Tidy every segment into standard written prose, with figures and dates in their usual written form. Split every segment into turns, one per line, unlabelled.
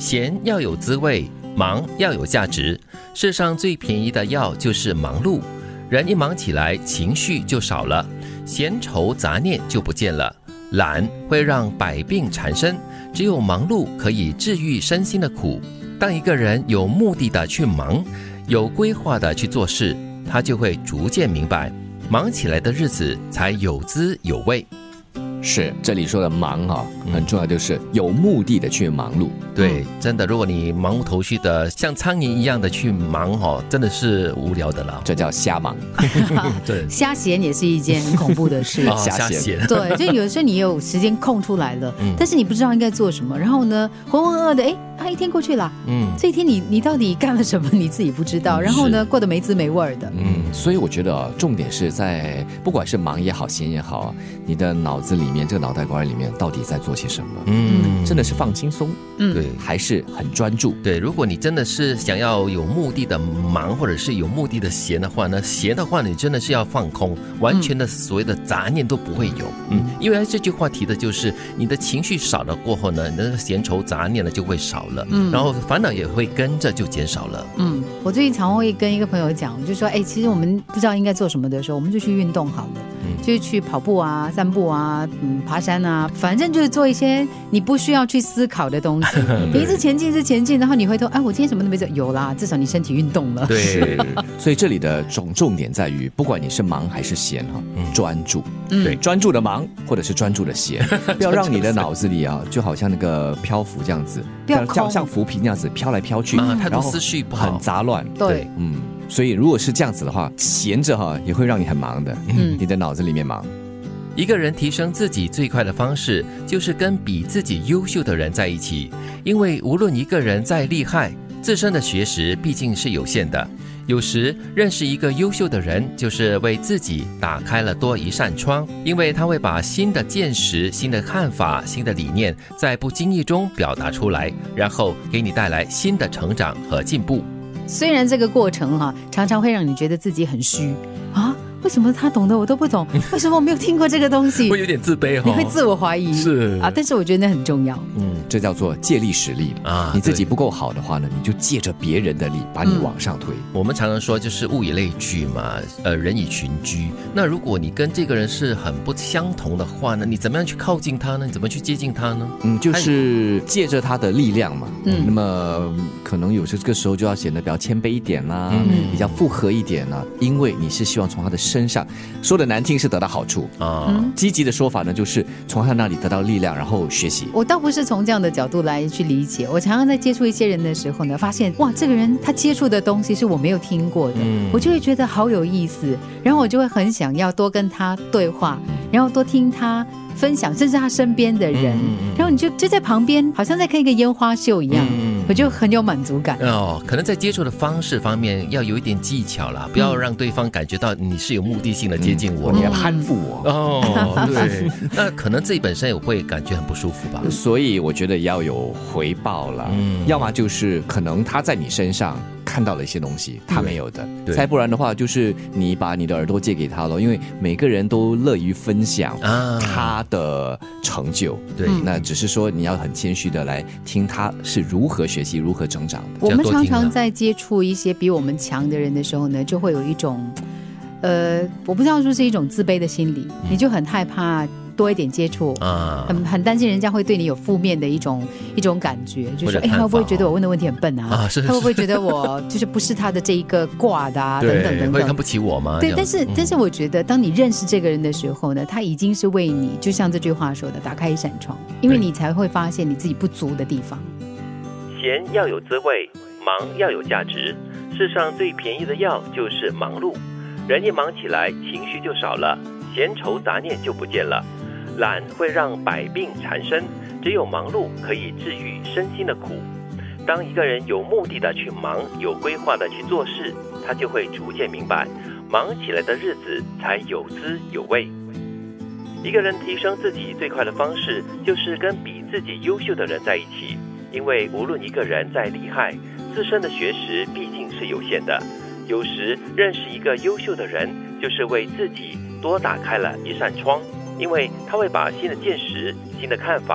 闲要有滋味，忙要有价值。世上最便宜的药就是忙碌，人一忙起来，情绪就少了，闲愁杂念就不见了。懒会让百病缠身，只有忙碌可以治愈身心的苦。当一个人有目的的去忙，有规划的去做事，他就会逐渐明白，忙起来的日子才有滋有味。
是，这里说的忙很重要，就是有目的的去忙碌。
对，真的，如果你忙无头绪的像苍蝇一样的去忙真的是无聊的了，
这叫瞎忙。
对，瞎闲也是一件很恐怖的事。
瞎闲，
对，就有的时候你有时间空出来了，但是你不知道应该做什么，然后呢浑浑噩噩的，一天过去了，这一天你到底干了什么你自己不知道，然后呢过得没滋没味的。
所以我觉得重点是在不管是忙也好闲也好，你的脑子里面这个脑袋瓜里面到底在做些什么，真的是放轻松，
对，
还是很专注。
对，如果你真的是想要有目的的忙，或者是有目的的闲的话呢，闲的话你真的是要放空，完全的所谓的杂念都不会有。因为这句话提的就是你的情绪少了过后呢，你的闲愁杂念呢就会少了，然后烦恼也会跟着就减少了。
我最近常会跟一个朋友讲，就说其实我们不知道应该做什么的时候，我们就去运动好了，就是去跑步啊、散步啊、爬山啊，反正就是做一些你不需要去思考的东西。你一直前进，然后你回头，我今天什么都没做，有啦，至少你身体运动了。
对，所以这里的重点在于，不管你是忙还是闲专注。对，专注的忙或者是专注的闲，不要让你的脑子里就好像那个漂浮这样子，像浮萍那样子飘来飘去，
太多思绪不好，
很杂乱。
对，
所以如果是这样子的话，闲着也会让你很忙的，你的脑子里面忙。
一个人提升自己最快的方式，就是跟比自己优秀的人在一起。因为无论一个人再厉害，自身的学识毕竟是有限的。有时认识一个优秀的人，就是为自己打开了多一扇窗，因为他会把新的见识、新的看法、新的理念，在不经意中表达出来，然后给你带来新的成长和进步。
虽然这个过程常常会让你觉得自己很虚为什么他懂得我都不懂？为什么我没有听过这个东西？
会有点自卑
你会自我怀疑，
是
但是我觉得那很重要。
这叫做借力使力你自己不够好的话呢，你就借着别人的力把你往上推。
我们常常说就是物以类聚嘛，人以群居。那如果你跟这个人是很不相同的话呢，你怎么样去靠近他呢？你怎么去接近他呢？
就是借着他的力量嘛。那么可能有时这个时候就要显得比较谦卑一点啦，比较复合一点啦，因为你是希望从他的身上，说的难听是得到好处积极的说法呢就是从他那里得到力量，然后学习。
我倒不是从这样的角度来去理解，我常常在接触一些人的时候呢，发现哇，这个人他接触的东西是我没有听过的，我就会觉得好有意思，然后我就会很想要多跟他对话，然后多听他分享，甚至他身边的人，然后你就在旁边好像在看一个烟花秀一样，我就很有满足感。
可能在接触的方式方面要有一点技巧啦，不要让对方感觉到你是有目的性的接近我，
你要攀附我
对，那可能自己本身也会感觉很不舒服吧。
所以我觉得要有回报啦，要么就是可能他在你身上看到了一些东西他没有的，再不然的话就是你把你的耳朵借给他了，因为每个人都乐于分享他的成就，对，那只是说你要很谦虚的来听他是如何学习如何成长的。
我们常常在接触一些比我们强的人的时候呢，就会有一种我不知道说是一种自卑的心理，你就很害怕多一点接触很担心人家会对你有负面的一种感觉，就说他会不会觉得我问的问题很笨他会不会觉得我就是不是他的这一个挂的等等等等，
会看不起我吗？
对，但是我觉得当你认识这个人的时候呢，他已经是为你就像这句话说的打开一扇窗，因为你才会发现你自己不足的地方。
闲要有滋味，忙要有价值。世上最便宜的药就是忙碌，人一忙起来，情绪就少了，闲愁杂念就不见了。懒会让百病缠身，只有忙碌可以治愈身心的苦。当一个人有目的的去忙，有规划的去做事，他就会逐渐明白，忙起来的日子才有滋有味。一个人提升自己最快的方式，就是跟比自己优秀的人在一起。因为无论一个人再厉害，自身的学识毕竟是有限的。有时认识一个优秀的人，就是为自己多打开了一扇窗，因为他会把新的见识、新的看法、新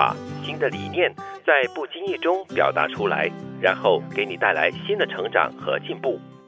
新的理念在不经意中表达出来，然后给你带来新的成长和进步。